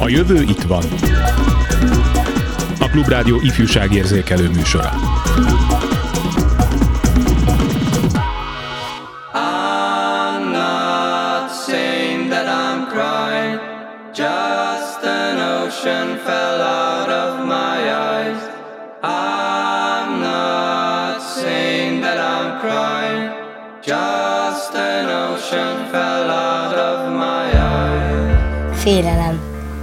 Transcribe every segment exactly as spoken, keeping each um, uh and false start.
A jövő itt van. A Klubrádió ifjúságérzékelő műsora. I'm not saying that I'm crying, just an ocean fell out of my eyes. I'm not saying that I'm crying, just an ocean fell out of my eyes. Félelem.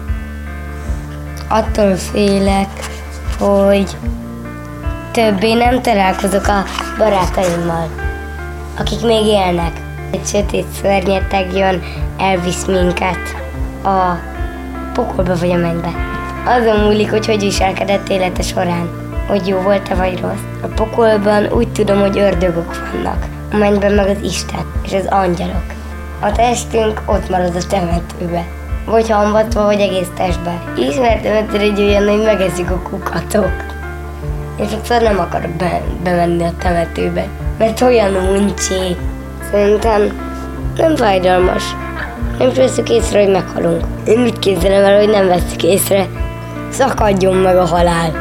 Attól félek, hogy többé nem találkozok a barátaimmal, akik még élnek. Egy sötét szörnyeteg jön, elvisz minket a pokolba vagy a mennybe. Azon múlik, hogy hogy viselkedett élete során, hogy jó volt-e vagy rossz. A pokolban úgy tudom, hogy ördögök vannak, a mennyben meg az Isten és az angyalok. A testünk ott marad a temetőbe, vagy hamvatva, vagy egész testbe. Ismertem egyszer egy olyan, hogy megeszik a kukatok. Én sokszor nem akarok be- bemenni a temetőbe, mert olyan uncsi. Szerintem nem fájdalmas. Nem veszük észre, hogy meghalunk. Én úgy képzelem el, hogy nem veszük észre. Szakadjon meg a halál.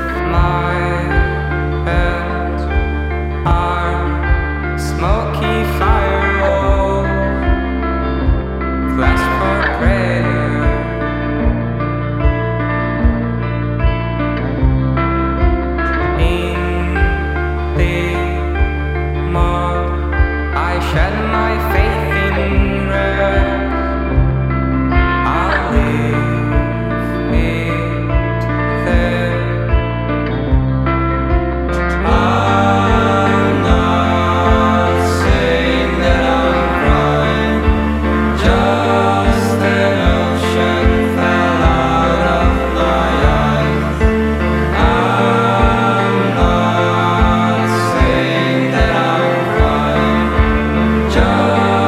Just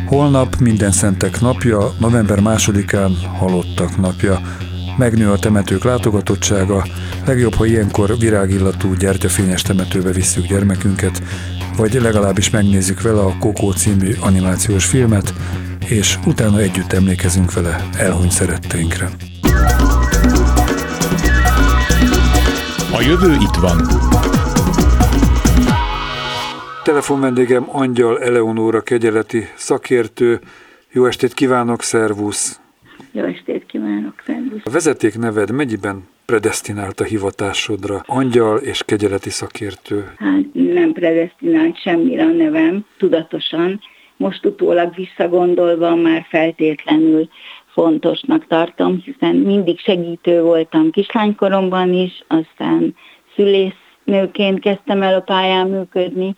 Holnap minden szentek napja, november másodikán halottak napja. Megnő a temetők látogatottsága, legjobb, ha ilyenkor virágillatú, gyertyafényes temetőbe visszük gyermekünket, vagy legalábbis megnézzük vele a Coco című animációs filmet, és utána együtt emlékezünk vele elhunyt szeretteinkre. A jövő itt van. Telefonvendégem Angyal Eleonóra kegyeleti szakértő. Jó estét kívánok, szervusz! Jó estét kívánok, szervusz! A vezeték neved mennyiben predesztinált a hivatásodra? Angyal és kegyeleti szakértő. Hát nem predesztinált semmire a nevem, tudatosan. Most utólag visszagondolva már feltétlenül fontosnak tartom, hiszen mindig segítő voltam kislánykoromban is, aztán szülésznőként kezdtem el a pályán működni,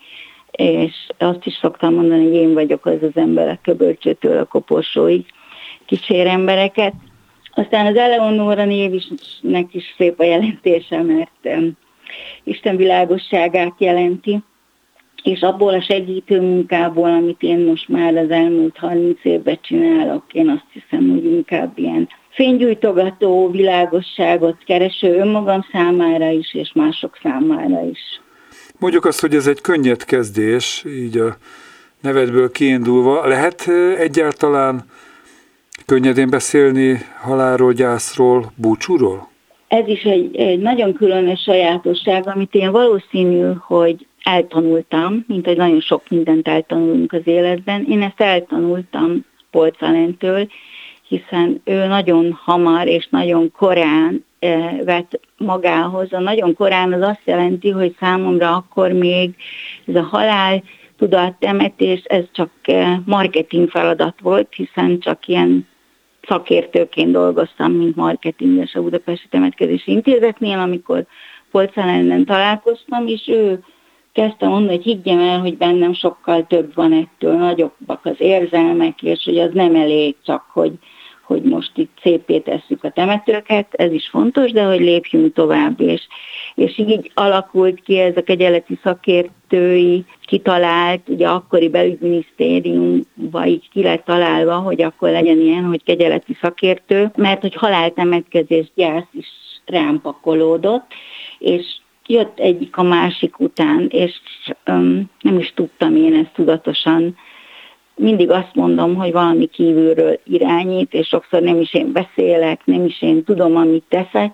és azt is szoktam mondani, hogy én vagyok az az ember a köbölcsőtől a koporsóig, kísér embereket. Aztán az Eleonóra névnek is szép a jelentése, mert um, Isten világosságát jelenti, és abból a segítő munkából, amit én most már az elmúlt harminc évben csinálok, én azt hiszem, hogy inkább ilyen fénygyújtogató, világosságot kereső önmagam számára is, és mások számára is. Mondjuk azt, hogy ez egy könnyed kezdés, így a nevedből kiindulva. Lehet egyáltalán könnyedén beszélni halálról, gyászról, búcsúról? Ez is egy, egy nagyon különös sajátosság, amit én valószínű, hogy eltanultam, mint hogy nagyon sok mindent eltanulunk az életben. Én ezt eltanultam Polcz Alentől, hiszen ő nagyon hamar és nagyon korán eh, vett magához. A nagyon korán az azt jelenti, hogy számomra akkor még ez a halál tudattemetés, ez csak eh, marketing feladat volt, hiszen csak ilyen szakértőként dolgoztam, mint marketinges a Budapesti Temetkezési Intézetnél, amikor Polcz Alenten találkoztam, és ő kezdte mondani, hogy higgyem el, hogy bennem sokkal több van ettől, nagyobbak az érzelmek, és hogy az nem elég csak, hogy, hogy most itt szépé tesszük a temetőket, ez is fontos, de hogy lépjünk tovább, és, és így alakult ki ez a kegyeleti szakértői kitalált, ugye akkori belügyminisztériumban így ki lett találva, hogy akkor legyen ilyen, hogy kegyeleti szakértő, mert hogy haláltemetkezés, gyász is rám pakolódott, és jött egyik a másik után, és um, nem is tudtam én ezt tudatosan. Mindig azt mondom, hogy valami kívülről irányít, és sokszor nem is én beszélek, nem is én tudom, amit teszek,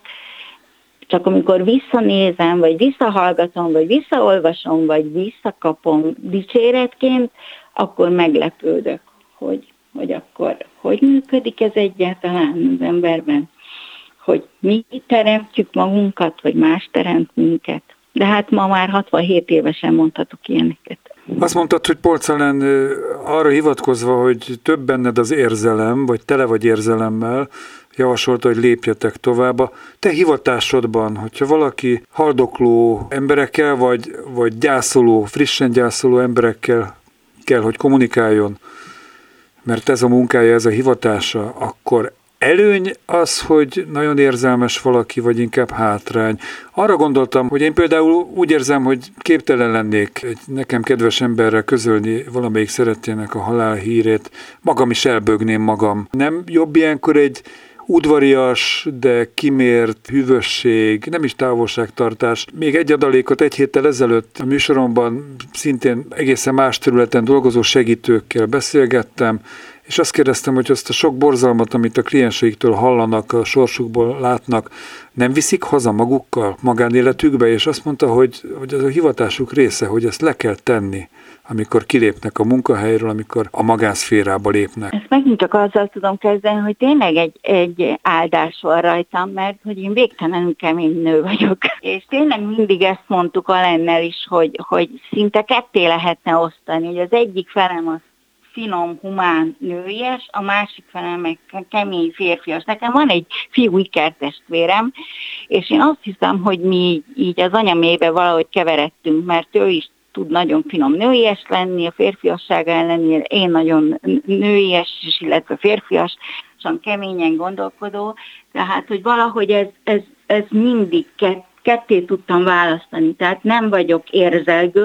csak amikor visszanézem, vagy visszahallgatom, vagy visszaolvasom, vagy visszakapom dicséretként, akkor meglepődök, hogy, hogy akkor hogy működik ez egyáltalán az emberben, hogy mi teremtjük magunkat, vagy más teremt minket. De hát ma már hatvanhét évesen mondhatok ilyeneket. Azt mondtad, hogy Polcz Alen arra hivatkozva, hogy több benned az érzelem, vagy tele vagy érzelemmel, javasolta, hogy lépjetek tovább. A te hivatásodban, hogyha valaki haldokló emberekkel, vagy, vagy gyászoló, frissen gyászoló emberekkel kell, hogy kommunikáljon, mert ez a munkája, ez a hivatása, akkor előny az, hogy nagyon érzelmes valaki, vagy inkább hátrány. Arra gondoltam, hogy én például úgy érzem, hogy képtelen lennék egy nekem kedves emberrel közölni valamelyik szerettének a halál hírét, magam is elbögném magam. Nem jobb ilyenkor egy udvarias, de kimért hűvösség, nem is távolságtartás. Még egy adalékot egy héttel ezelőtt a műsoromban szintén egészen más területen dolgozó segítőkkel beszélgettem, és azt kérdeztem, hogy azt a sok borzalmat, amit a klienseiktől hallanak, a sorsukból látnak, nem viszik haza magukkal, magánéletükbe, és azt mondta, hogy, hogy ez a hivatásuk része, hogy ezt le kell tenni, amikor kilépnek a munkahelyről, amikor a magánszférába lépnek. Ezt megint csak azzal tudom kezdeni, hogy tényleg egy, egy áldás van rajtam, mert hogy én végtelenül kemény nő vagyok. És tényleg mindig ezt mondtuk Alennel is, hogy, hogy szinte ketté lehetne osztani, hogy az egyik felem az finom, humán, nőies, a másik felem meg kemény, férfias. Nekem van egy fiú ikertestvérem, és én azt hiszem, hogy mi így az anyamébe valahogy keveredtünk, mert ő is tud nagyon finom nőies lenni, a férfiassága ellenére én nagyon nőies, illetve férfiasan keményen gondolkodó, tehát, hogy valahogy ez, ez, ez mindig ketté tudtam választani, tehát nem vagyok érzelgős,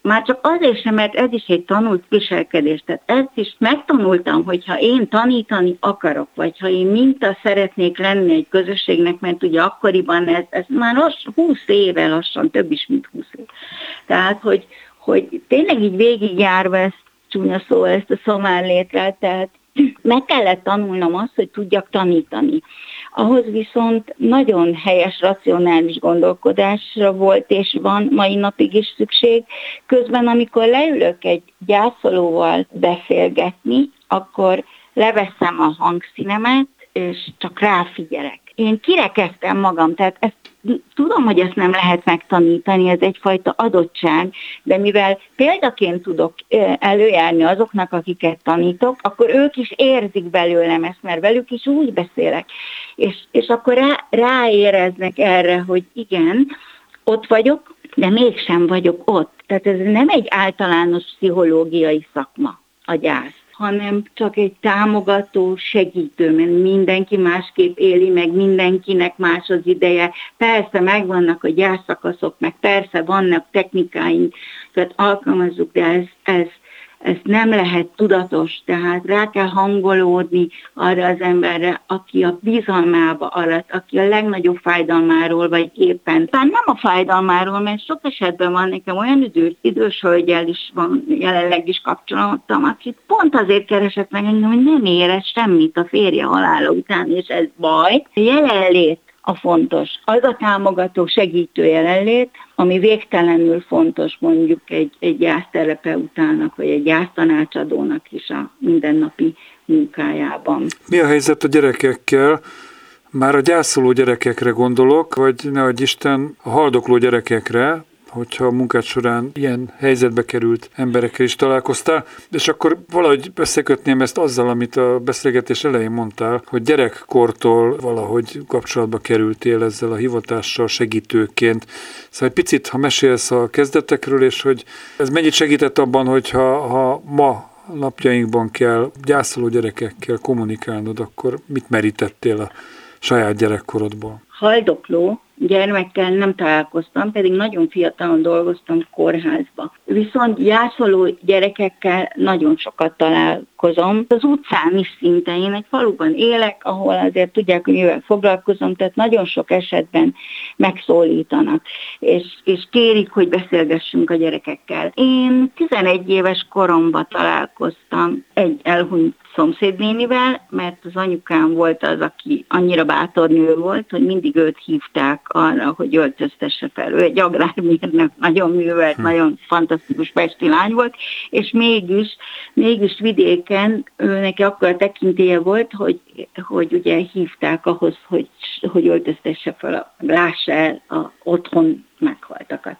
Már csak azért sem, mert ez is egy tanult viselkedés. Tehát ezt is megtanultam, hogyha én tanítani akarok, vagy ha én minta szeretnék lenni egy közösségnek, mert ugye akkoriban ez, ez már lassan, húsz éve lassan, több is, mint húsz év. Tehát, hogy, hogy tényleg így végigjárva ezt, csúnya szó, ezt a szomár létre, tehát meg kellett tanulnom azt, hogy tudjak tanítani. Ahhoz viszont nagyon helyes, racionális gondolkodásra volt és van mai napig is szükség. Közben, amikor leülök egy gyászolóval beszélgetni, akkor leveszem a hangszínemet, és csak ráfigyelek. Én kirekeztem magam, tehát ezt, tudom, hogy ezt nem lehet megtanítani, ez egyfajta adottság, de mivel példaként tudok előjárni azoknak, akiket tanítok, akkor ők is érzik belőlem ezt, mert velük is úgy beszélek. És, és akkor rá, ráéreznek erre, hogy igen, ott vagyok, de mégsem vagyok ott. Tehát ez nem egy általános pszichológiai szakma, a gyász, hanem csak egy támogató, segítő, mert mindenki másképp éli, meg mindenkinek más az ideje. Persze megvannak a gyászszakaszok, meg persze vannak technikáink, tehát alkalmazzuk, de ez, ez, ez nem lehet tudatos, tehát rá kell hangolódni arra az emberre, aki a bizalmába alatt, aki a legnagyobb fájdalmáról, vagy éppen, talán nem a fájdalmáról, mert sok esetben van nekem olyan idős, idős hölgyel is van, jelenleg is kapcsolatom, akit pont azért keresett meg engem, hogy nem érez semmit a férje halála után, és ez baj. A jelenlét a fontos. Az a támogató, segítő jelenlét, ami végtelenül fontos mondjuk egy, egy gyászterapeutának, vagy egy gyásztanácsadónak is a mindennapi munkájában. Mi a helyzet a gyerekekkel? Már a gyászoló gyerekekre gondolok, vagy nehogy Isten a haldokló gyerekekre, hogyha a munkád során ilyen helyzetbe került emberekkel is találkoztál, és akkor valahogy összekötném ezt azzal, amit a beszélgetés elején mondtál, hogy gyerekkortól valahogy kapcsolatba kerültél ezzel a hivatással segítőként. Szóval egy picit, ha mesélsz a kezdetekről, és hogy ez mennyit segített abban, hogyha ha ma napjainkban kell gyászoló gyerekekkel kommunikálnod, akkor mit merítettél a saját gyerekkorodból? Haldokló gyermekkel nem találkoztam, pedig nagyon fiatalon dolgoztam kórházba. Viszont gyászoló gyerekekkel nagyon sokat találkozom. Az utcán is szinte, én egy faluban élek, ahol azért tudják, hogy mivel foglalkozom, tehát nagyon sok esetben megszólítanak, és, és kérik, hogy beszélgessünk a gyerekekkel. Én tizenegy éves koromban találkoztam egy elhunyt szomszédnénivel, mert az anyukám volt az, aki annyira bátor nő volt, hogy mindig őt hívták arra, hogy öltöztesse fel. Ő egy agrármérnök, nagyon művelt, hm. nagyon fantasztikus pesti lány volt, és mégis, mégis vidéken ő neki akkor a tekintélye volt, hogy, hogy ugye hívták ahhoz, hogy, hogy öltöztesse fel, lássa el a otthon meghaltakat.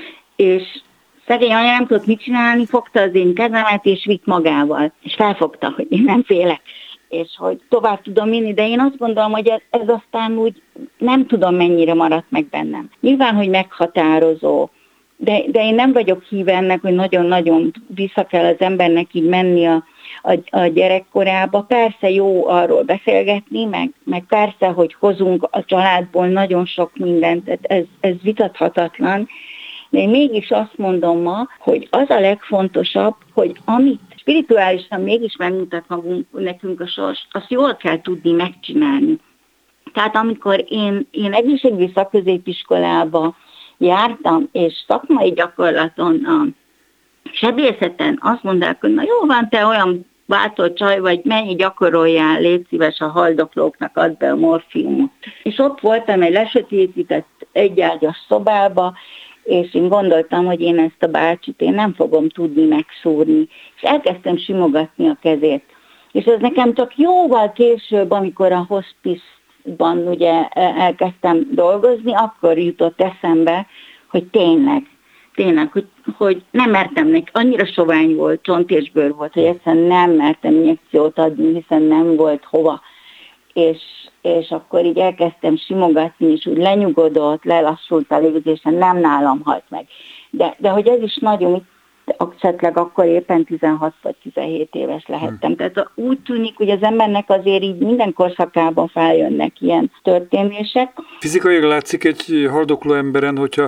És szegény anya nem tudott mit csinálni, fogta az én kezemet, és vitt magával. És felfogta, hogy én nem félek, és hogy tovább tudom vinni, de én azt gondolom, hogy ez, ez aztán úgy nem tudom, mennyire maradt meg bennem. Nyilván, hogy meghatározó, de, de én nem vagyok híve ennek, hogy nagyon-nagyon vissza kell az embernek így menni a, a, a gyerekkorába. Persze jó arról beszélgetni, meg, meg persze, hogy hozunk a családból nagyon sok mindent, tehát ez, ez vitathatatlan. De én mégis azt mondom ma, hogy az a legfontosabb, hogy amit spirituálisan mégis megmutat magunk, nekünk a sors, azt jól kell tudni megcsinálni. Tehát amikor én, én egészségügyi szakközépiskolába jártam, és szakmai gyakorlaton a sebészeten azt mondták, hogy na jó van, te olyan bátor csaj vagy, mennyi gyakoroljál, légy szíves, a haldoklóknak add be a morfiumot. És ott voltam egy lesötétített egyágyas szobába, és én gondoltam, hogy én ezt a bácsit én nem fogom tudni megszúrni. És elkezdtem simogatni a kezét. És ez nekem csak jóval később, amikor a hospice-ban ugye elkezdtem dolgozni, akkor jutott eszembe, hogy tényleg, tényleg, hogy, hogy nem mertem neki, annyira sovány volt, csont és bőr volt, hogy egyszerűen nem mertem injekciót adni, hiszen nem volt hova. És, és akkor így elkezdtem simogatni, és úgy lenyugodott, lelassult a légzésen, nem nálam halt meg. De, de hogy ez is nagyon, esetleg akkor éppen tizenhat vagy tizenhét éves lehettem. Tehát úgy tűnik, hogy az embernek azért így minden korszakában feljönnek ilyen történések. Fizikailag látszik egy haldokló emberen, hogyha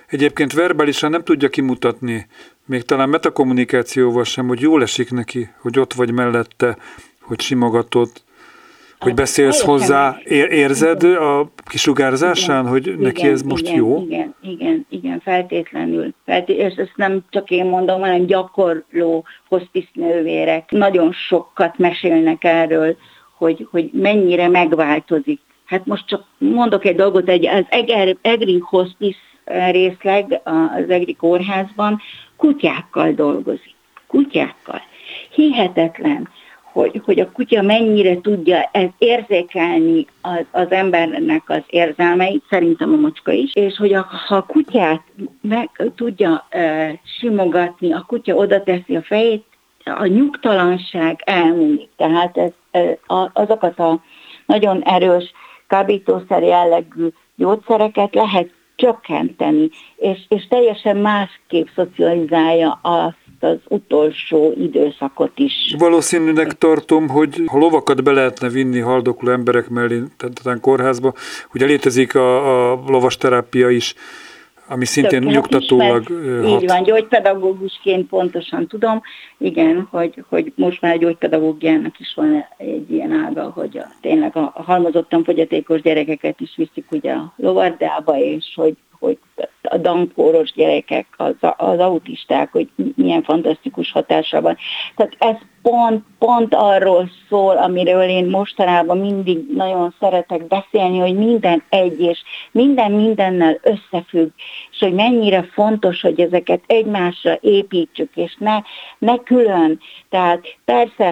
egyébként verbálisan nem tudja kimutatni, még talán metakommunikációval sem, hogy jól esik neki, hogy ott vagy mellette, hogy simogatod, hogy beszélsz hozzá, érzed a kisugárzásán, igen, hogy neki igen, ez most igen, jó? Igen, igen, igen, feltétlenül. Feltétlenül. És ezt nem csak én mondom, hanem gyakorló hospice nővérek nagyon sokat mesélnek erről, hogy, hogy mennyire megváltozik. Hát most csak mondok egy dolgot, egy, az Egri Hospice részleg az Egri kórházban kutyákkal dolgozik. Kutyákkal. Hihetetlen, hogy, hogy a kutya mennyire tudja ez érzékelni az, az embernek az érzelmeit, szerintem a macska is, és hogy a, ha a kutyát meg tudja uh, simogatni, a kutya oda teszi a fejét, a nyugtalanság elmúlik. Tehát ez, uh, azokat a nagyon erős kábítószer jellegű gyógyszereket lehet csökkenteni, és, és teljesen másképp szocializálja azt az utolsó időszakot is. Valószínűleg tartom, hogy ha lovakat be lehetne vinni haldokló emberek mellé, tehát kórházba, ugye létezik a, a lovasterápia is, ami szintén Tök, nyugtatólag hát hat. Így van, gyógypedagógusként pontosan tudom, igen, hogy, hogy most már a gyógypedagógiának is van egy ilyen ága, hogy a, tényleg a, a halmozottan fogyatékos gyerekeket is viszik ugye a lovardába, és hogy hogy a dankóros gyerekek, az, az autisták, hogy milyen fantasztikus hatása van. Tehát ez pont, pont arról szól, amiről én mostanában mindig nagyon szeretek beszélni, hogy minden egy, és minden mindennel összefügg, és hogy mennyire fontos, hogy ezeket egymásra építsük, és ne, ne külön. Tehát persze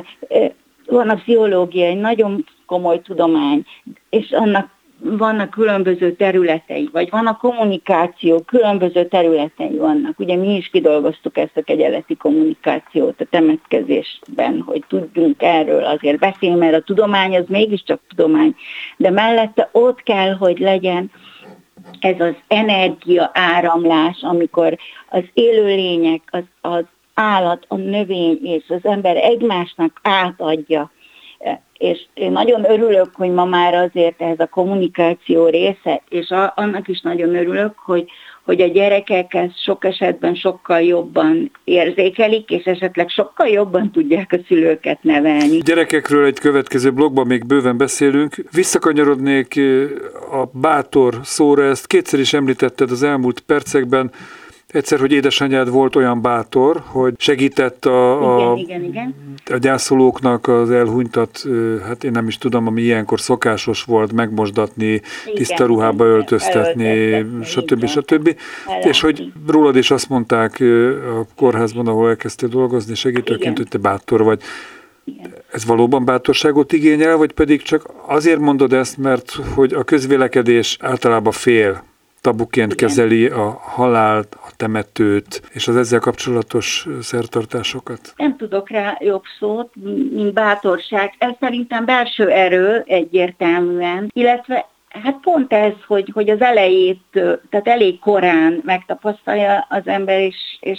van a pszichológia, egy nagyon komoly tudomány, és annak vannak különböző területei, vagy van a kommunikáció, különböző területei vannak. Ugye mi is kidolgoztuk ezt a kegyeleti kommunikációt a temetkezésben, hogy tudjunk erről azért beszélni, mert a tudomány az mégiscsak tudomány, de mellette ott kell, hogy legyen ez az energia áramlás, amikor az élőlények, az, az állat, a növény és az ember egymásnak átadja. És én nagyon örülök, hogy ma már azért ez a kommunikáció része, és a, annak is nagyon örülök, hogy, hogy a gyerekek ezt sok esetben sokkal jobban érzékelik, és esetleg sokkal jobban tudják a szülőket nevelni. Gyerekekről egy következő blogban még bőven beszélünk. Visszakanyarodnék a bátor szóra, ezt kétszer is említetted az elmúlt percekben. Egyszer, hogy édesanyád volt olyan bátor, hogy segített a, a, igen, igen, igen. a gyászolóknak az elhunytat, hát én nem is tudom, ami ilyenkor szokásos volt, megmosdatni, igen, tiszta ruhába igen, öltöztetni, stb. stb. És hogy rólad is azt mondták a kórházban, ahol elkezdtél dolgozni segítőként, igen. hogy te bátor vagy. Igen. Ez valóban bátorságot igényel, vagy pedig csak azért mondod ezt, mert hogy a közvélekedés általában fél, tabuként igen. kezeli a halált, a temetőt, és az ezzel kapcsolatos szertartásokat? Nem tudok rá jobb szót, mint bátorság. Ez szerintem belső erő egyértelműen, illetve hát pont ez, hogy, hogy az elejét, tehát elég korán megtapasztalja az ember, és, és,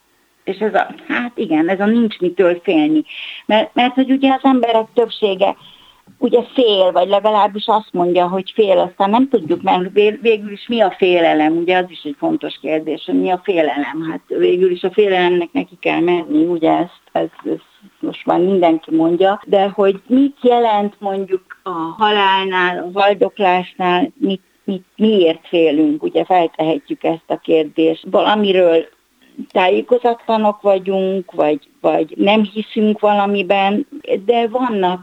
és ez a, hát igen, ez a nincs mitől félni. Mert, mert hogy ugye az emberek többsége ugye fél, vagy legalábbis azt mondja, hogy fél, aztán nem tudjuk, mert végül is mi a félelem, ugye az is egy fontos kérdés, hogy mi a félelem. Hát végül is a félelemnek neki kell menni, ugye ezt, ezt, ezt most már mindenki mondja, de hogy mit jelent mondjuk a halálnál, a haldoklásnál, mit, mit, miért félünk, ugye feltehetjük ezt a kérdést. Valamiről tájékozatlanok vagyunk, vagy, vagy nem hiszünk valamiben, de vannak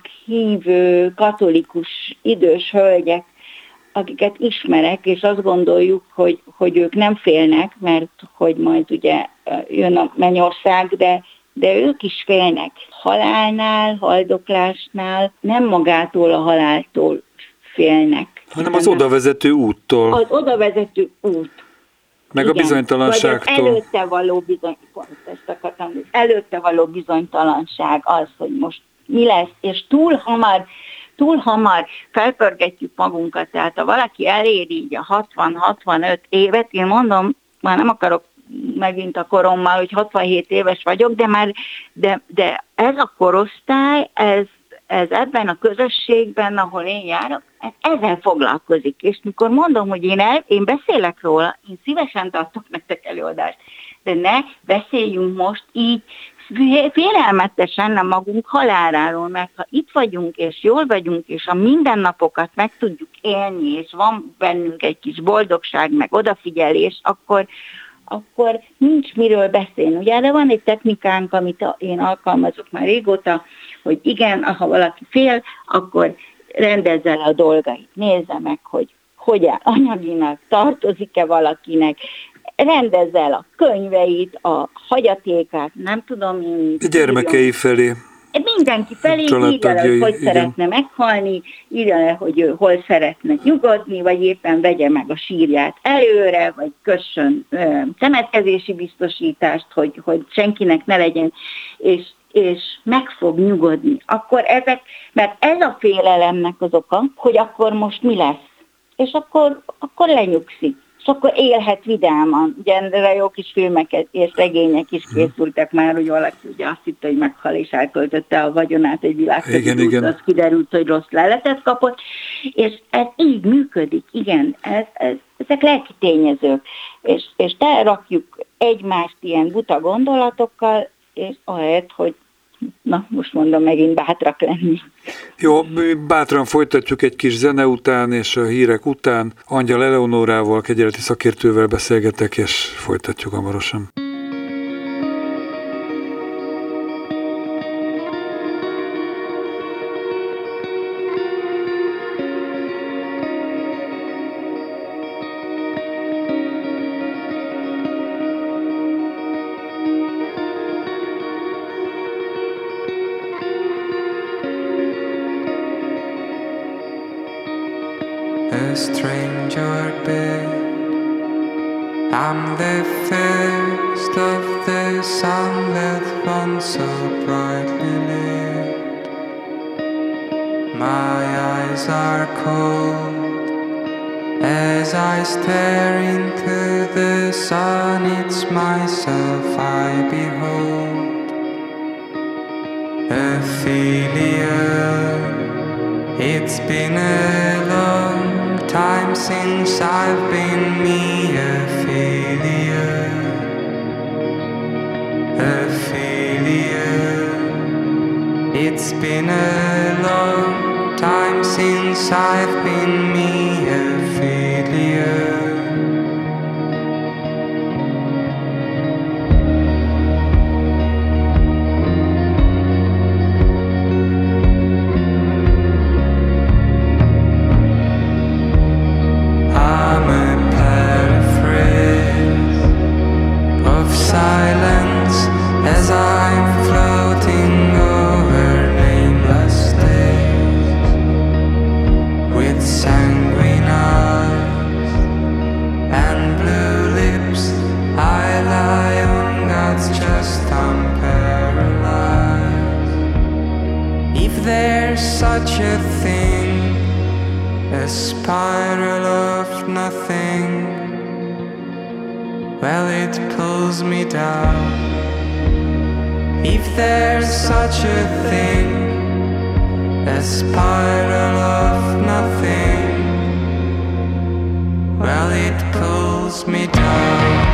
hívő, katolikus, idős hölgyek, akiket ismerek, és azt gondoljuk, hogy, hogy ők nem félnek, mert hogy majd ugye jön a mennyország, de, de ők is félnek. Halálnál, haldoklásnál nem magától a haláltól félnek. Hanem az odavezető úttól. Az odavezető út. Meg igen, a bizonytalanságtól. Vagy az előtte való bizony, pont ezt akartam, előtte való bizonytalanság az, hogy most mi lesz, és túl hamar, túl hamar felpörgetjük magunkat, tehát ha valaki eléri így a hatvan-hatvanöt évet, én mondom, már nem akarok megint a korommal, hogy hatvanhét éves vagyok, de már, de, de ez a korosztály, ez, ez ebben a közösségben, ahol én járok, ezzel foglalkozik. És mikor mondom, hogy én, el, én beszélek róla, én szívesen tartok nektek előadást, de ne beszéljünk most így félelmetesen a magunk haláláról, mert ha itt vagyunk, és jól vagyunk, és a mindennapokat meg tudjuk élni, és van bennünk egy kis boldogság, meg odafigyelés, akkor, akkor nincs miről beszélni. Ugye, de van egy technikánk, amit én alkalmazok már régóta, hogy igen, ha valaki fél, akkor rendezze el a dolgait, nézze meg, hogy hogy áll anyaginak, tartozik-e valakinek, rendezze el a könyveit, a hagyatékát, nem tudom én. Gyermekei felé. Mindenki felé írja le, hogy hogy szeretne meghalni, írja le, hogy ő hol szeretne nyugodni, vagy éppen vegye meg a sírját előre, vagy kössön ö, temetkezési biztosítást, hogy, hogy senkinek ne legyen, és, és meg fog nyugodni. Akkor ezek, mert ez a félelemnek az oka, hogy akkor most mi lesz, és akkor, akkor lenyugszik. És akkor élhet vidáman. Ugye erre jó kis filmek és regények is készültek már, hogy valaki ugye azt hitte, hogy meghal és elköltötte a vagyonát egy világkötőt, az kiderült, hogy rossz leletet kapott, és ez így működik, igen, ez, ez, ezek lelki tényezők, és, és rakjuk egymást ilyen buta gondolatokkal, és ahelyett, hogy na, most mondom megint bátrak lenni. Jó, bátran folytatjuk egy kis zene után, és a hírek után Angyal Eleonórával, kegyeleti szakértővel beszélgetek, és folytatjuk hamarosan. A stranger bed, I'm the first of the sun that once so brightly lit. My eyes are cold as I stare into the sun. It's myself I behold. Ophelia, it's been a long time since I've been me, Ophelia, Ophelia. It's been a long time since I've been me, Ophelia. As I'm floating over nameless days, with sanguine eyes and blue lips, I lie on God's chest, I'm paralyzed. If there's such a thing, a spiral of nothing, well, it pulls me down. If there's such a thing, a spiral of nothing, well, it pulls me down.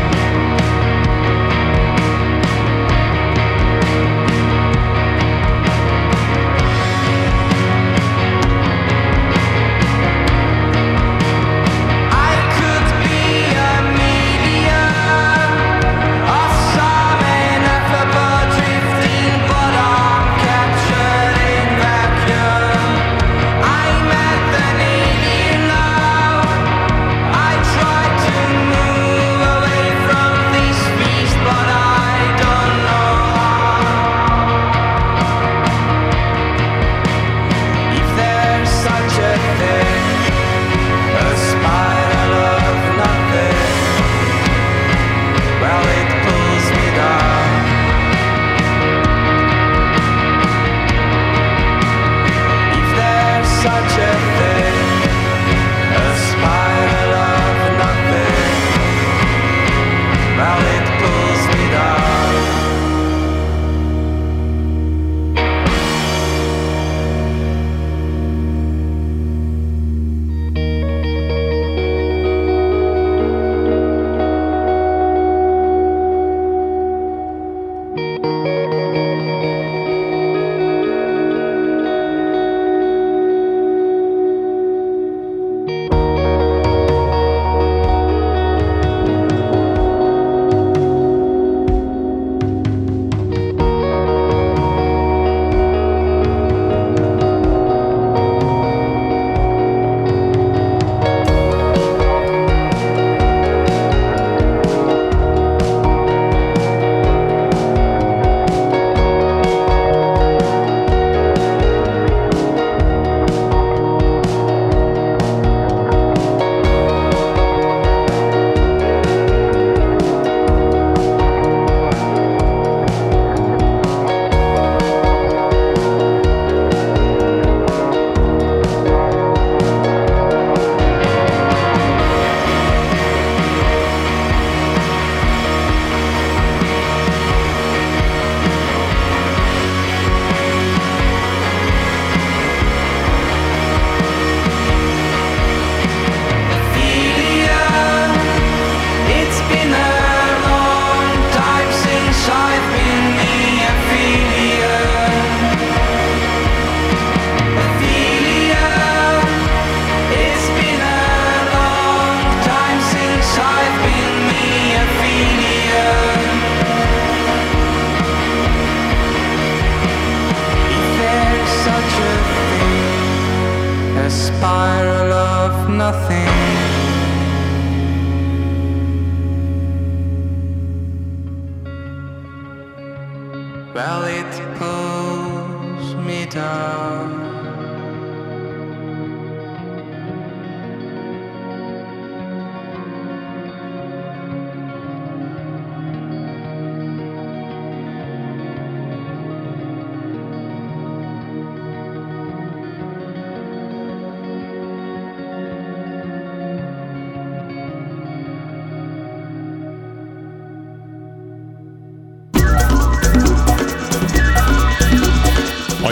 Away.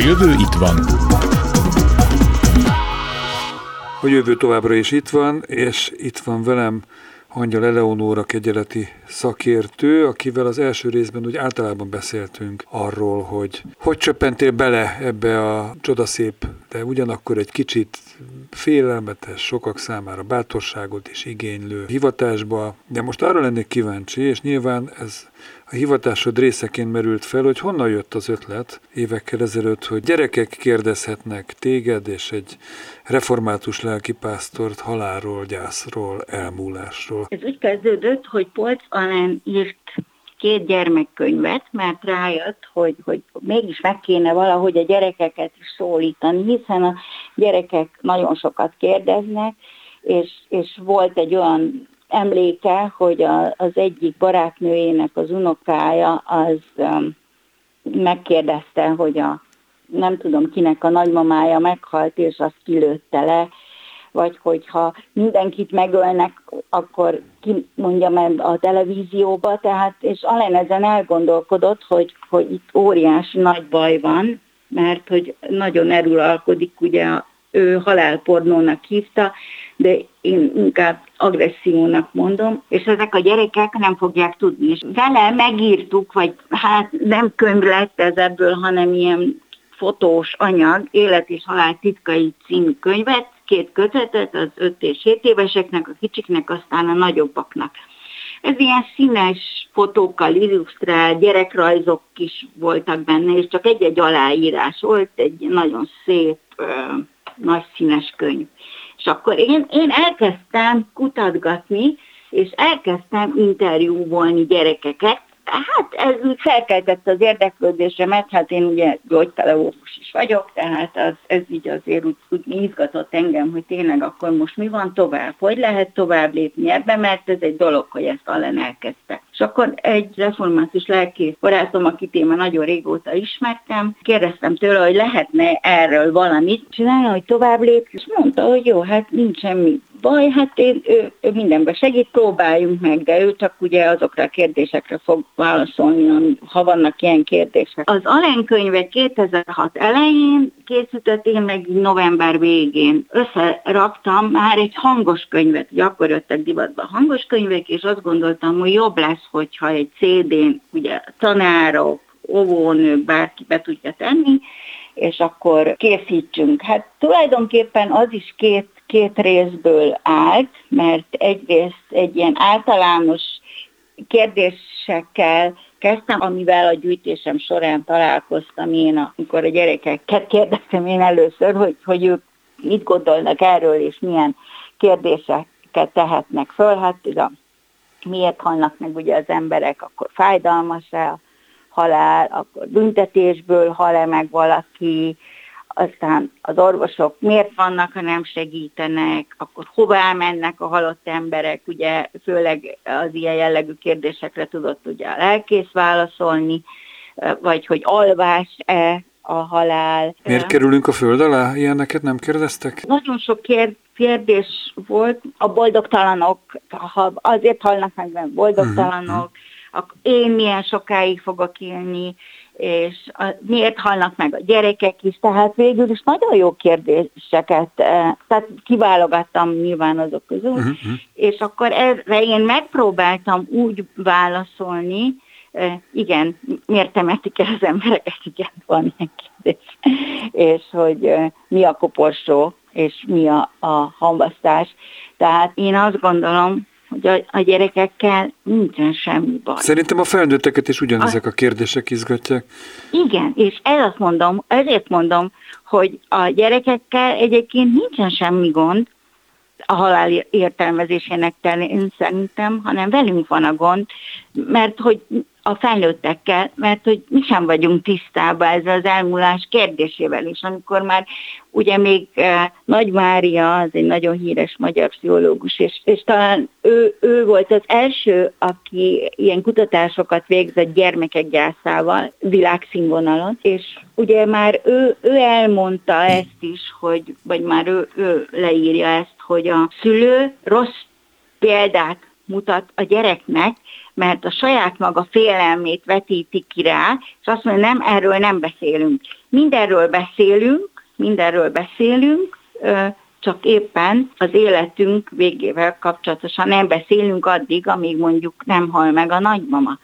jövő itt van. A jövő továbbra is itt van, és itt van velem Angyal Eleonóra kegyeleti szakértő, akivel az első részben úgy általában beszéltünk arról, hogy hogy csöppentél bele ebbe a csodaszép, de ugyanakkor egy kicsit félelmetes, sokak számára bátorságot is igénylő hivatásba. De most arra lennék kíváncsi, és nyilván ez a hivatásod részeként merült fel, hogy honnan jött az ötlet évekkel ezelőtt, hogy gyerekek kérdezhetnek téged és egy református lelkipásztort halálról, gyászról, elmúlásról. Ez úgy kezdődött, hogy Polc Alán írt két gyermekkönyvet, mert rájött, hogy, hogy mégis meg kéne valahogy a gyerekeket is szólítani, hiszen a gyerekek nagyon sokat kérdeznek, és, és volt egy olyan emléke, hogy a, az egyik barátnőjének az unokája az um, megkérdezte, hogy a nem tudom kinek a nagymamája meghalt, és azt kilőtte le, vagy hogyha mindenkit megölnek, akkor ki mondja meg a televízióba, tehát, és Alán ezen elgondolkodott, hogy, hogy itt óriási nagy baj van, mert hogy nagyon erőlködik, ugye ő halálpornónak hívta, de én inkább agressziónak mondom, és ezek a gyerekek nem fogják tudni. És vele megírtuk, vagy hát nem könyv lett ez ebből, hanem ilyen fotós anyag, Élet és halál titkai című könyvet, két kötetet, az öt és hét éveseknek, a kicsiknek, aztán a nagyobbaknak. Ez ilyen színes fotókkal illusztrált, gyerekrajzok is voltak benne, és csak egy-egy aláírás volt, egy nagyon szép, nagy színes könyv. És akkor én, én elkezdtem kutatgatni, és elkezdtem interjúvolni gyerekeket. Hát ez úgy felkeltette az érdeklődésemet, hát én ugye gyógypedagógus is vagyok, tehát az, ez így azért úgy, úgy izgatott engem, hogy tényleg akkor most mi van tovább, hogy lehet tovább lépni ebbe, mert ez egy dolog, hogy ezt Alán elkezdte. És akkor egy református lelkész barátom, akit én már nagyon régóta ismertem, kérdeztem tőle, hogy lehetne erről valamit csinálni, hogy tovább lépni, és mondta, hogy jó, hát nincs semmi baj, hát én, ő, ő mindenben segít, próbáljunk meg, de ő csak ugye azokra a kérdésekre fog válaszolni, ha vannak ilyen kérdések. Az Alán könyve kétezer-hat elején készített, én meg november végén összeraktam már egy hangos könyvet, ugye akkor jöttek divatba hangos könyvek, és azt gondoltam, hogy jobb lesz, hogyha egy cé dén ugye tanárok, óvónők, bárki be tudja tenni, és akkor készítsünk. Hát tulajdonképpen az is két, két részből állt, mert egyrészt egy ilyen általános kérdésekkel kezdtem, amivel a gyűjtésem során találkoztam én, amikor a gyerekeket kérdeztem én először, hogy, hogy ők mit gondolnak erről, és milyen kérdéseket tehetnek föl. Hát ez a, miért halnak meg ugye az emberek, akkor fájdalmas-e halál, akkor büntetésből hal-e meg valaki, aztán az orvosok miért vannak, ha nem segítenek, akkor hová mennek a halott emberek, ugye főleg az ilyen jellegű kérdésekre tudott ugye a lelkész válaszolni, vagy hogy alvás-e a halál. Miért kerülünk a föld alá? Ilyeneket nem kérdeztek? Nagyon sok kérdés volt. A boldogtalanok, ha azért halnak meg, mert boldogtalanok, uh-huh. akkor én milyen sokáig fogok élni, és a, miért halnak meg a gyerekek is, tehát végül is nagyon jó kérdéseket, tehát kiválogattam nyilván azok közül, uh-huh. és akkor erre én megpróbáltam úgy válaszolni, igen, miért temetik el az embereket, igen, van ilyen kérdés, és hogy mi a koporsó, és mi a, a hamvasztás. Tehát én azt gondolom, hogy a, a gyerekekkel nincsen semmi baj. Szerintem a felnőtteket is ugyanezek a kérdések izgatják. Igen, és ez azt mondom, ezért mondom, hogy a gyerekekkel egyébként nincsen semmi gond, a halál értelmezésének terén szerintem, hanem velünk van a gond, mert hogy a felnőttekkel, mert hogy mi sem vagyunk tisztában ezzel az elmúlás kérdésével, és amikor már ugye még eh, Nagy Mária, az egy nagyon híres magyar pszichológus, és, és talán ő, ő volt az első, aki ilyen kutatásokat végzett gyermekek gyászával világszínvonalon, és ugye már ő, ő elmondta ezt is, hogy, vagy már ő, ő leírja ezt, hogy a szülő rossz példát mutat a gyereknek, mert a saját maga félelmét vetíti ki rá, és azt mondja, nem, erről nem beszélünk. mindenről beszélünk, mindenről beszélünk, csak éppen az életünk végével kapcsolatosan nem beszélünk addig, amíg mondjuk nem hal meg a nagymama.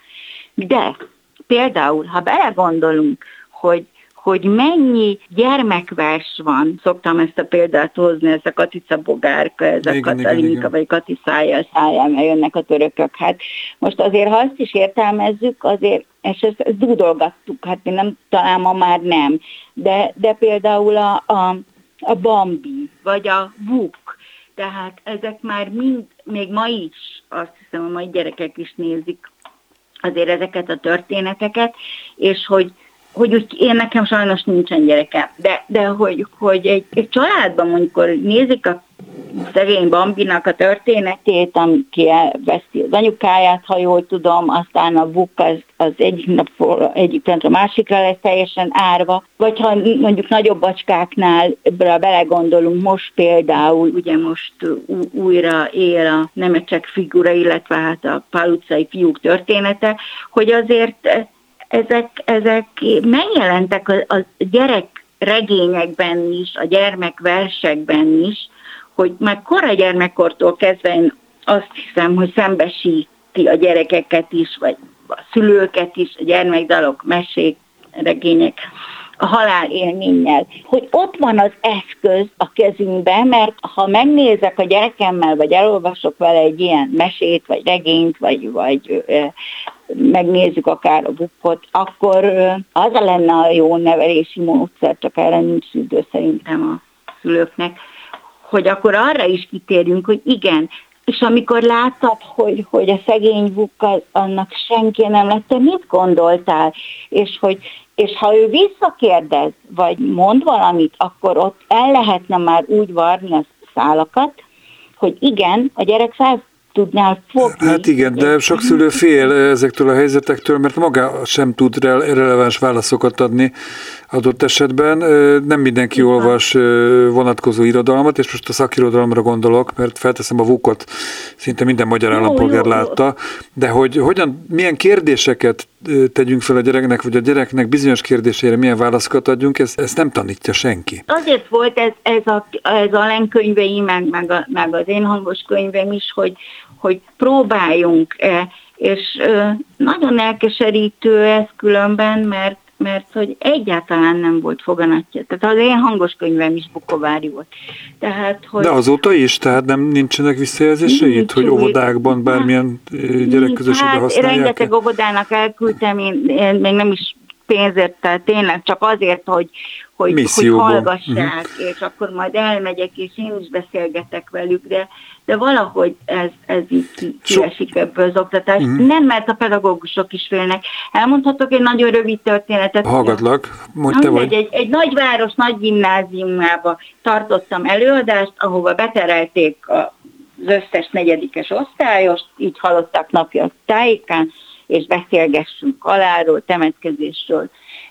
De például, ha belegondolunk, hogy hogy mennyi gyermekvers van, szoktam ezt a példát hozni, ez a Katica Bogárka, ez a Katalinka, vagy Kati szájjal szájjal, mert jönnek a törökök. Hát most azért, ha azt is értelmezzük, azért, és ezt, ezt dúdolgattuk, hát mi nem, talán ma már nem, de, de például a, a, a Bambi, vagy a Vuk, tehát ezek már mind, még ma is, azt hiszem, a mai gyerekek is nézik azért ezeket a történeteket, és hogy hogy úgy, én nekem sajnos nincsen gyerekem, de, de hogy, hogy egy, egy családban mondjuk nézik a szegény Bambinak a történetét, aki elveszti az anyukáját, ha jól tudom, aztán a Buk az, az egyik napról egyik a másikra lesz teljesen árva, vagy ha mondjuk nagyobb bacskáknál belegondolunk, most például, ugye most újra él a Nemecsek figura, illetve hát a Pál utcai fiúk története, hogy azért Ezek, ezek megjelentek a, a gyerek regényekben is, a gyermekversekben is, hogy már kora gyermekkortól kezdve én azt hiszem, hogy szembesíti a gyerekeket is, vagy a szülőket is, a gyermekdalok, mesék, regények, a halál élménnyel, hogy ott van az eszköz a kezünkben, mert ha megnézek a gyerekemmel, vagy elolvasok vele egy ilyen mesét, vagy regényt, vagy, vagy ö, megnézzük akár a Bukot, akkor ö, az lenne a jó nevelési módszer, csak erre nincs idő szerintem a szülőknek, hogy akkor arra is kitérjünk, hogy igen, és amikor láttad, hogy, hogy a szegény Buk, annak senki nem lett, te mit gondoltál? És, hogy, és ha ő visszakérdez, vagy mond valamit, akkor ott el lehetne már úgy varni a szálakat, hogy igen, a gyerek fel tudnál fogni. Hát igen, de sok szülő fél ezektől a helyzetektől, mert maga sem tud releváns válaszokat adni adott esetben. Nem mindenki igen. olvas vonatkozó irodalmat, és most a szakirodalomra gondolok, mert felteszem a Vukot, szinte minden magyar jó, állampolgár jó, látta, de hogy hogyan, milyen kérdéseket tegyünk fel a gyereknek, vagy a gyereknek bizonyos kérdésére milyen válaszokat adjunk, ezt, ezt nem tanítja senki. Azért volt ez, ez a, ez a lenkönyveim, meg, meg, a, meg az én hangos könyvem is, hogy, hogy próbáljunk, és nagyon elkeserítő ez különben, mert mert hogy egyáltalán nem volt foganatja. Tehát az én hangos könyvem is Bukovári volt. Tehát, hogy... De azóta is? Tehát nem nincsenek visszajelzései itt, hogy óvodákban bármilyen gyerekközösségben hát, használják? Rengeteg óvodának elküldtem, én, én még nem is pénzért, tehát tényleg csak azért, hogy, hogy, hogy hallgassák, uh-huh. és akkor majd elmegyek, és én is beszélgetek velük, de, de valahogy ez, ez így kiesik ebből az oktatás. Uh-huh. Nem, mert a pedagógusok is félnek. Elmondhatok egy nagyon rövid történetet. Hallgatlak, mondj te vagy. Egy, egy nagyváros nagy gimnáziumába tartottam előadást, ahova beterelték az összes negyedikes osztályost, így hallották napja tájékán, és beszélgessünk halálról, temetkezésről,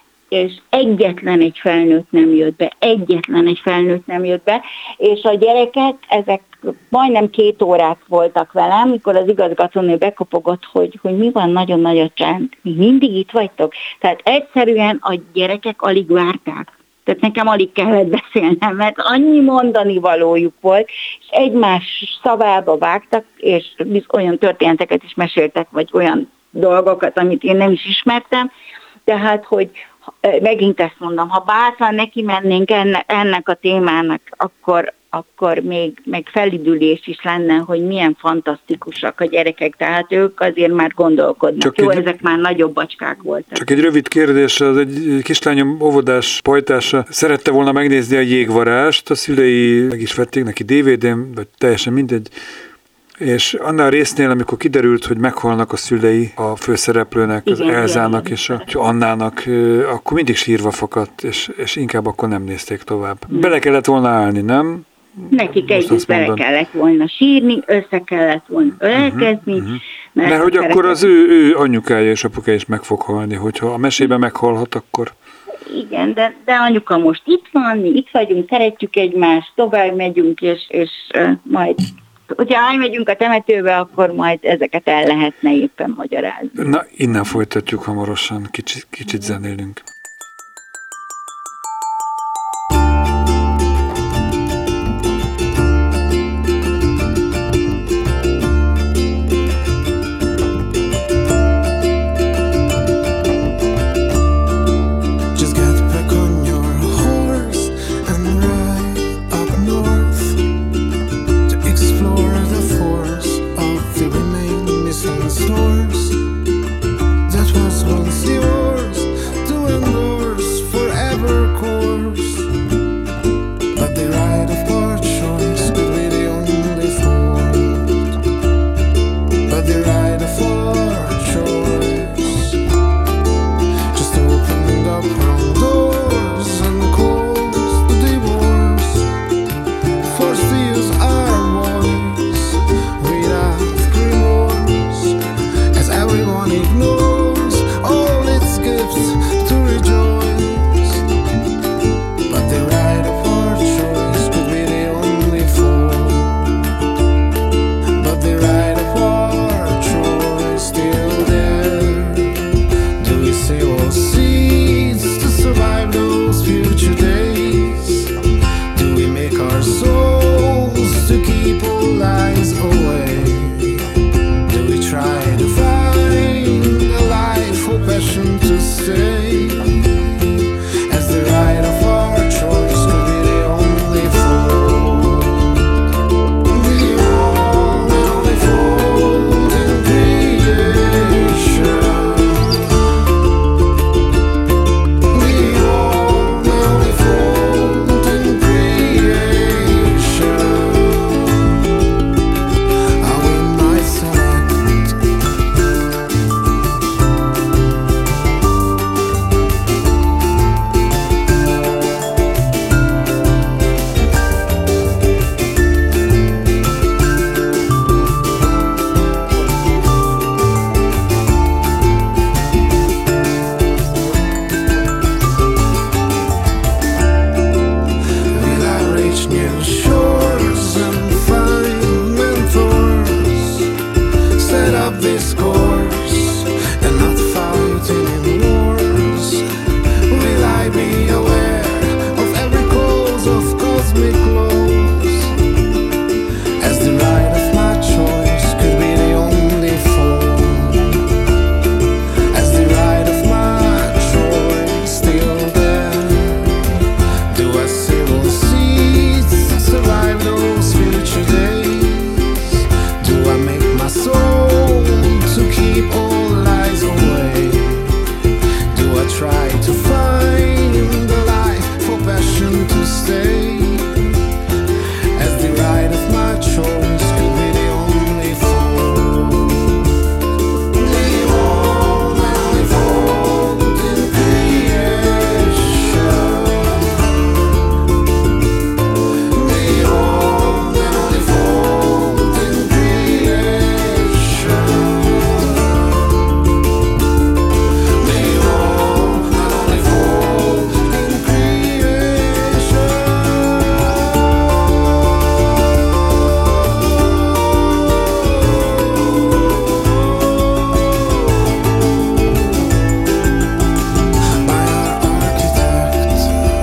és egyetlen egy felnőtt nem jött be, egyetlen egy felnőtt nem jött be, és a gyerekek, ezek majdnem két órák voltak velem, mikor az igazgatónő bekopogott, hogy, hogy mi van, nagyon nagy a csend, mi mindig itt vagytok. Tehát egyszerűen a gyerekek alig várták. Tehát nekem alig kellett beszélnem, mert annyi mondani valójuk volt, és egymás szavába vágtak, és olyan történeteket is meséltek, vagy olyan dolgokat, amit én nem is ismertem. Tehát, hogy megint ezt mondom, ha bátran neki mennénk ennek, ennek a témának, akkor, akkor még, még felidülés is lenne, hogy milyen fantasztikusak a gyerekek, tehát ők azért már gondolkodnak. Csak Jó, egy, ezek már nagyobb bacskák voltak. Csak egy rövid kérdés, az egy kislányom óvodás pajtása szerette volna megnézni a Jégvarást, a szülei meg is vették neki dé vé dén, vagy teljesen mindegy, és annál résznél, amikor kiderült, hogy meghalnak a szülei a főszereplőnek, az igen, Elzának igen, és a Annának, akkor mindig sírva fakadt, és, és inkább akkor nem nézték tovább. Nem. Bele kellett volna állni, nem? Nekik együtt bele mondod. kellett volna sírni, össze kellett volna ölelkezni. Uh-huh, uh-huh. Mert, mert hogy akkor az ő, ő anyukája és apukája is meg fog halni, hogyha a mesében meghalhat, akkor... Igen, de, de anyuka most itt van, mi itt vagyunk, szeretjük egymást, tovább megyünk, és, és uh, majd... Hogyha elmegyünk a temetőbe, akkor majd ezeket el lehetne éppen magyarázni. Na, innen folytatjuk hamarosan, kicsit, kicsit zenélünk. stores that was once yours to endorse forever course. But the right of poor choice could be the only fault. But the right of poor choice just opened up wrong doors and caused the divorce. Forced to use our voice without remorse, as everyone ignores all its gifts to rejoice. But the right of our choice could be the only fault. But the right of our choice still there. Do we sow all seeds to survive those future days? Do we make our souls to keep all lies away? Do we try to find a life or passion to stay? As the right of our choice could be the only fault. The only fault in creation. The only fault in creation. How we might select. Will I reach new shores and find mentors? Set up this course and not fight any wars. Will I be aware of every cause of cosmic laws? As the right of my choice could be the only fault. As the right of my choice still there. Do I sow seeds to survive those future days? Do I make my soul to keep all lies away? Do I try to find a life for passion to stay? As the right of my choice could be the only fault. The only fault in creation. The only fault in creation. The only fault in creation. By our architect.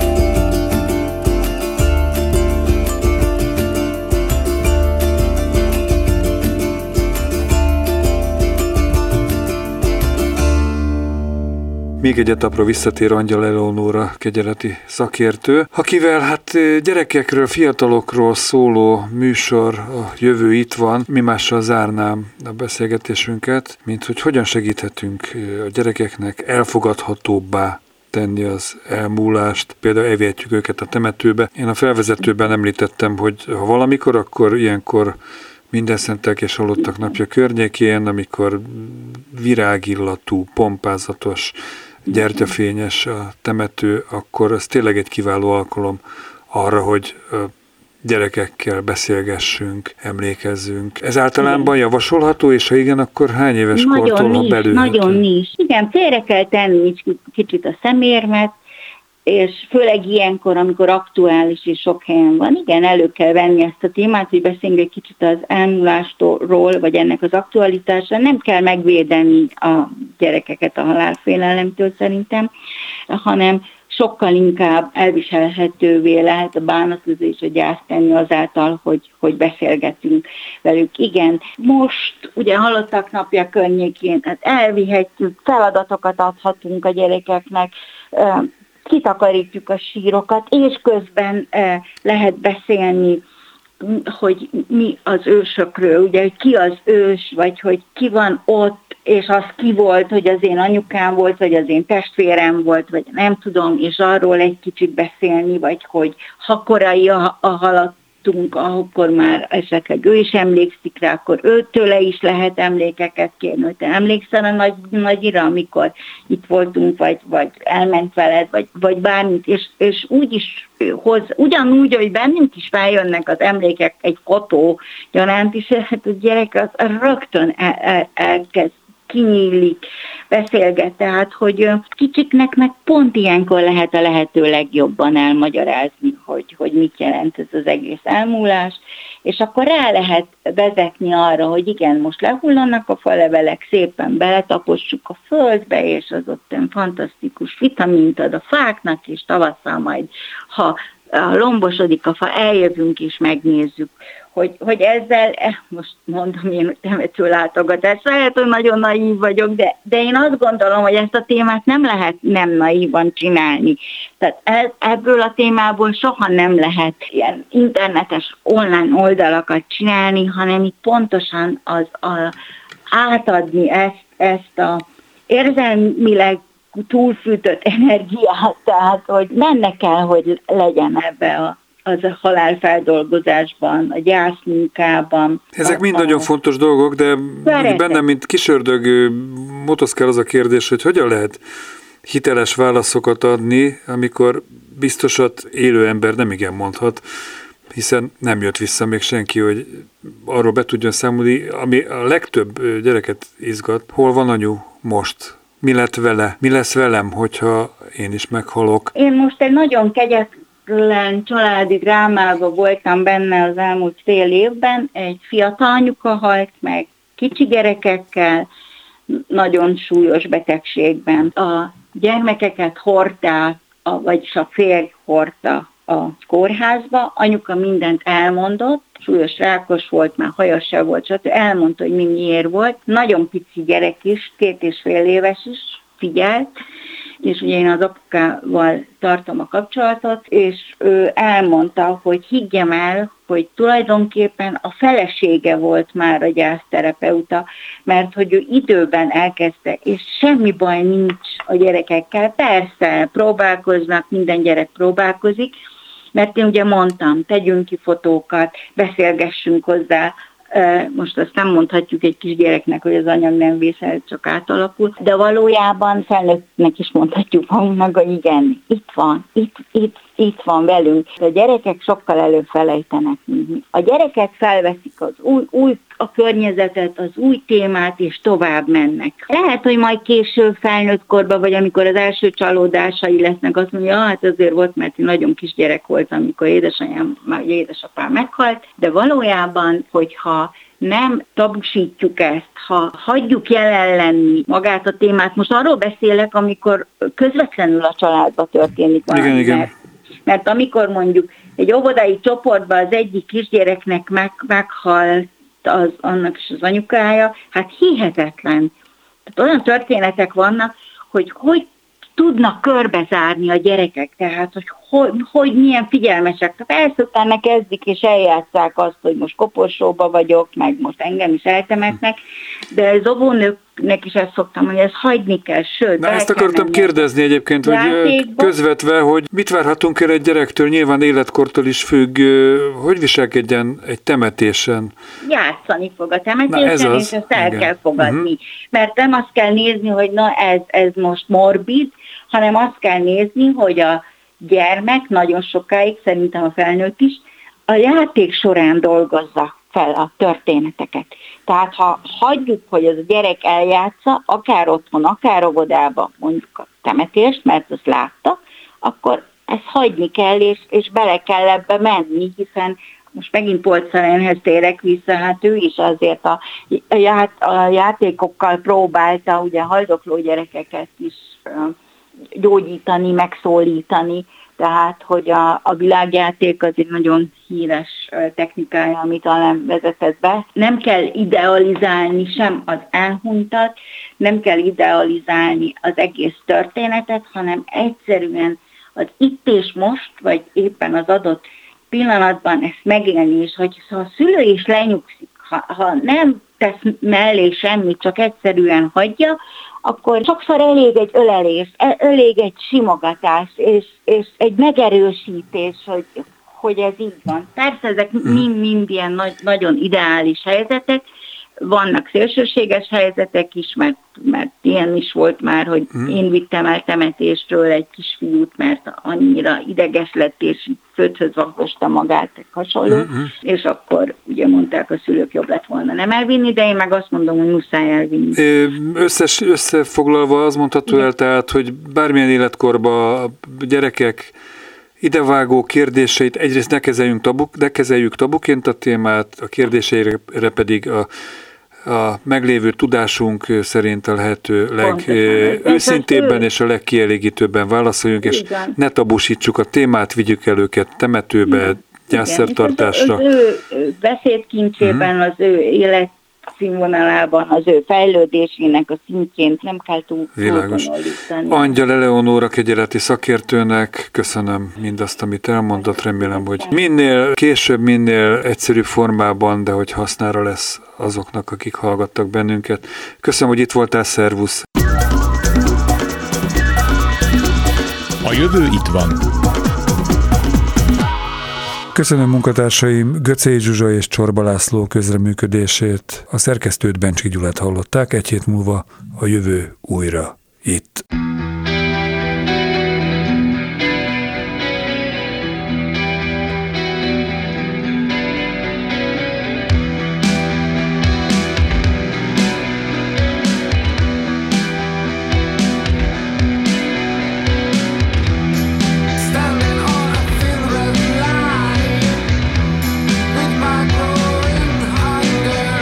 Még egy etapra visszatér Angyal Eleonóra, kegyeleti szakértő, akivel hát gyerekekről, fiatalokról szóló műsor, a jövő itt van. Mi mással zárnám a beszélgetésünket, mint hogy hogyan segíthetünk a gyerekeknek elfogadhatóbbá tenni az elmúlást, például elvihetjük őket a temetőbe. Én a felvezetőben említettem, hogy ha valamikor, akkor ilyenkor minden szentek és halottak napja környékén, amikor virágillatú, pompázatos, gyertyafényes a temető, akkor ez tényleg egy kiváló alkalom arra, hogy gyerekekkel beszélgessünk, emlékezzünk. Ez általában javasolható, és ha igen, akkor hány éves kortól, ha belőhető? Nagyon nincs. Igen, félre kell tenni kicsit a szemérmet, és főleg ilyenkor, amikor aktuális és sok helyen van, igen, elő kell venni ezt a témát, hogy beszéljünk egy kicsit az elmúlástól, vagy ennek az aktualitásra. Nem kell megvédeni a gyerekeket a halálfélelemtől szerintem, hanem sokkal inkább elviselhetővé lehet a bánatot és a gyászt tenni azáltal, hogy, hogy beszélgetünk velük. Igen, most ugye halottak napja környékén, hát elvihetjük, feladatokat adhatunk a gyerekeknek, kitakarítjuk a sírokat, és közben lehet beszélni hogy mi az ősökről, ugye, hogy ki az ős, vagy hogy ki van ott, és az ki volt, hogy az én anyukám volt, vagy az én testvérem volt, vagy nem tudom, és arról egy kicsit beszélni, vagy hogy ha korai a, a haladtunk, akkor már esetleg ő is emlékszik rá, akkor őtőle is lehet emlékeket kérni, hogy te emlékszel a nagy, nagyira, amikor itt voltunk, vagy, vagy elment veled, vagy, vagy bármit, és, és úgy is hoz, ugyanúgy, hogy bennünk is feljönnek az emlékek egy fotó gyanánt is, hát a gyerek az rögtön el, el, elkezd kinyílik, beszélget, tehát, hogy kicsiknek meg pont ilyenkor lehet a lehető legjobban elmagyarázni, hogy, hogy mit jelent ez az egész elmúlás, és akkor rá lehet vezetni arra, hogy igen, most lehullanak a falevelek, szépen beletapossuk a földbe, és az ott fantasztikus vitamint ad a fáknak, és tavasszal majd, ha a lombosodik a fa, eljövünk és megnézzük, hogy, hogy ezzel, most mondom én, hogy temető látogatás, lehet, hogy nagyon naív vagyok, de, de én azt gondolom, hogy ezt a témát nem lehet nem naívan csinálni. Tehát ebből a témából soha nem lehet ilyen internetes online oldalakat csinálni, hanem itt pontosan az a, átadni ezt, ezt a érzelmileg túlfűtött energiát, tehát hogy benne kell, hogy legyen ebbe a, az a halálfeldolgozásban, a gyászmunkában. Ezek a, mind a... nagyon fontos dolgok, de Szeretek. bennem, mint kisördög, motoszkál az a kérdés, hogy hogyan lehet hiteles válaszokat adni, amikor biztosat élő ember nem igen mondhat, hiszen nem jött vissza még senki, hogy arról be tudjon számolni, ami a legtöbb gyereket izgat. Hol van anyu most? Mi lett vele? Mi lesz velem, hogyha én is meghalok? Én most egy nagyon kegyetlen családi drámában voltam benne az elmúlt fél évben. Egy fiatal anyuka halt meg, kicsi gyerekekkel, nagyon súlyos betegségben. A gyermekeket hordták, a, vagyis a férj hordta a kórházba. Anyuka mindent elmondott, súlyos rákos volt, már haja se volt, stb. Elmondta, hogy mi miért volt. Nagyon pici gyerek is, két és fél éves is figyelt, és ugye én az apukával tartom a kapcsolatot, és ő elmondta, hogy higgyem el, hogy tulajdonképpen a felesége volt már a gyászterapeuta, mert hogy ő időben elkezdte, és semmi baj nincs a gyerekekkel, persze próbálkoznak, minden gyerek próbálkozik, mert én ugye mondtam, tegyünk ki fotókat, beszélgessünk hozzá, most azt nem mondhatjuk egy kisgyereknek, hogy az anyag nem vészel, csak átalakul, de valójában felnőttnek is mondhatjuk magunknak, hogy igen, itt van, itt, itt, itt van velünk. A gyerekek sokkal előbb felejtenek, mint mi. A gyerekek felveszik az új, új a környezetet, az új témát, és tovább mennek. Lehet, hogy majd később felnőtt korban, vagy amikor az első csalódásai lesznek, azt mondja, ah, hát azért volt, mert én nagyon kisgyerek voltam, amikor édesanyám, vagy édesapám meghalt, de valójában, hogyha nem tabusítjuk ezt, ha hagyjuk jelen lenni magát a témát, most arról beszélek, amikor közvetlenül a családba történik valami. Igen, igen. Mert, mert amikor mondjuk egy óvodai csoportban az egyik kisgyereknek meg, meghalt az, annak is az anyukája, hát hihetetlen. Tehát olyan történetek vannak, hogy hogy tudnak körbezárni a gyerekek, tehát hogy, hogy, hogy milyen figyelmesek. Persze utána kezdik és eljátszák azt, hogy most koporsóba vagyok, meg most engem is eltemetnek, de az óvónőknek is ezt szoktam, hogy ezt hagyni kell, sőt. Na ezt akartam menni. kérdezni egyébként, hogy közvetve, hogy mit várhatunk el egy gyerektől, nyilván életkortól is függ, hogy viselkedjen egy temetésen? Játszani fog a temetésen, és ezt el Igen. kell fogadni. Uh-huh. Mert nem azt kell nézni, hogy na ez, ez most morbid, hanem azt kell nézni, hogy a gyermek nagyon sokáig, szerintem a felnőtt is, a játék során dolgozza fel a történeteket. Tehát ha hagyjuk, hogy az a gyerek eljátsza, akár otthon, akár óvodában mondjuk a temetést, mert azt látta, akkor ezt hagyni kell, és, és bele kell ebbe menni, hiszen most megint Polczalánhez térek vissza, hát ő is azért a, a, ját, a játékokkal próbálta ugye haldokló gyerekeket is gyógyítani, megszólítani, tehát, hogy a, a világjáték az egy nagyon híres technikája, amit Alain vezetett be. Nem kell idealizálni sem az elhunytat, nem kell idealizálni az egész történetet, hanem egyszerűen az itt és most, vagy éppen az adott pillanatban ezt megélni, és hogy ha a szülő is lenyugszik, ha, ha nem tesz mellé semmit, csak egyszerűen hagyja, akkor sokszor elég egy ölelés, elég egy simogatás, és, és egy megerősítés, hogy, hogy ez így van. Persze ezek mind-mind ilyen nagy, nagyon ideális helyzetek, vannak szélsőséges helyzetek is, mert, mert ilyen is volt már, hogy én vittem el temetésről egy kisfiút, mert annyira ideges lett, és földhöz vakosta magát, hasonló, uh-huh. és akkor ugye mondták a szülők, jobb lett volna nem elvinni, de én meg azt mondom, hogy muszáj elvinni. Összes, összefoglalva az mondható el, tehát, hogy bármilyen életkorban a gyerekek idevágó kérdéseit egyrészt ne kezeljünk, tabuk, ne kezeljük tabuként a témát, a kérdéseire pedig a a meglévő tudásunk szerint a lehető legőszintébben és a legkielégítőbben válaszoljunk, és ne tabusítsuk a témát, vigyük el őket temetőbe, gyászszertartásra. Az ő beszédkincsében, az ő életszínvonalában, az ő fejlődésének a szintjén nem kell túl bonyolítani. Angyal Eleonóra kegyeleti szakértőnek köszönöm mindazt, amit elmondott, remélem, hogy minél később, minél egyszerűbb formában, de hogy hasznára lesz azoknak, akik hallgattak bennünket. Köszönöm, hogy itt voltál, szervusz! A jövő itt van. Köszönöm munkatársaim Göcei Zsuzsa és Csorba László közreműködését. A szerkesztőt Bencsik Gyulát hallották, egy hét múlva a jövő újra itt.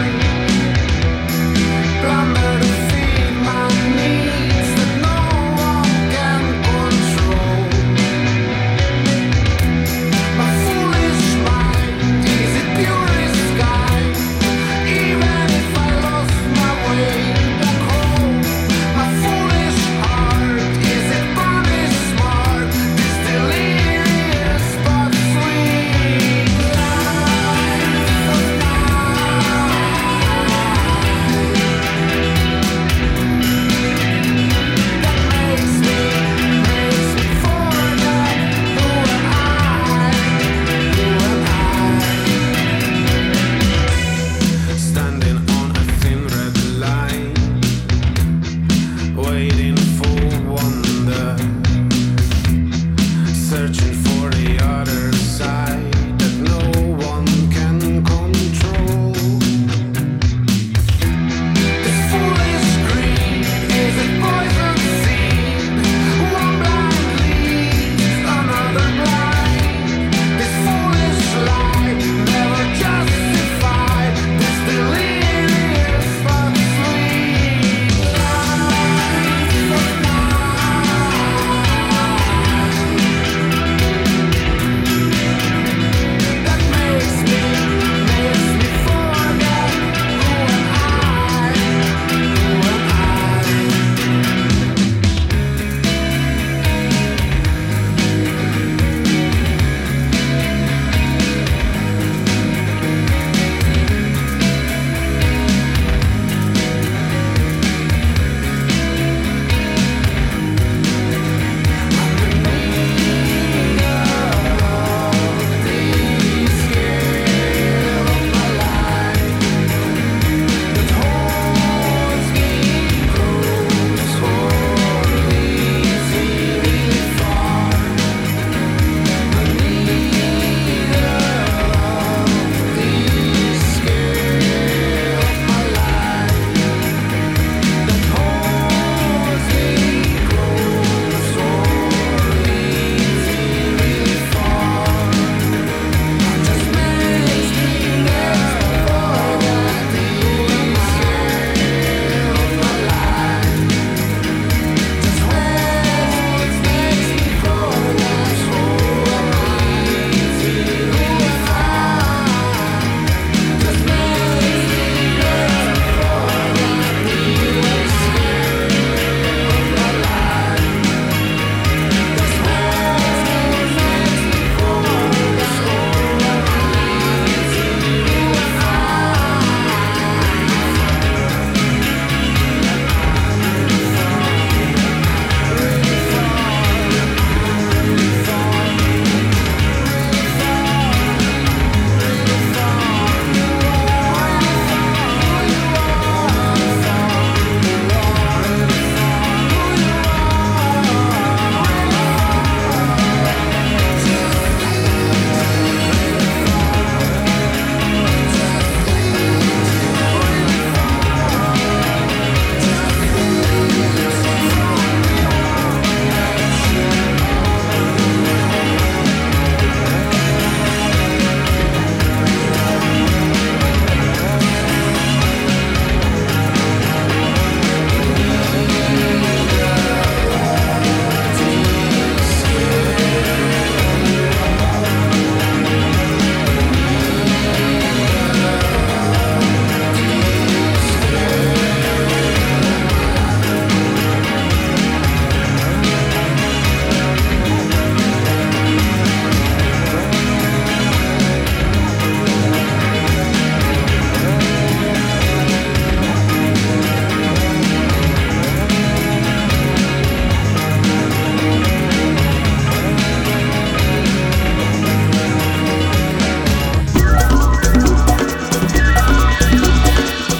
Remember to feed my needs that no one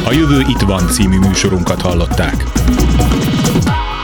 A Jövő itt van című műsorunkat hallották.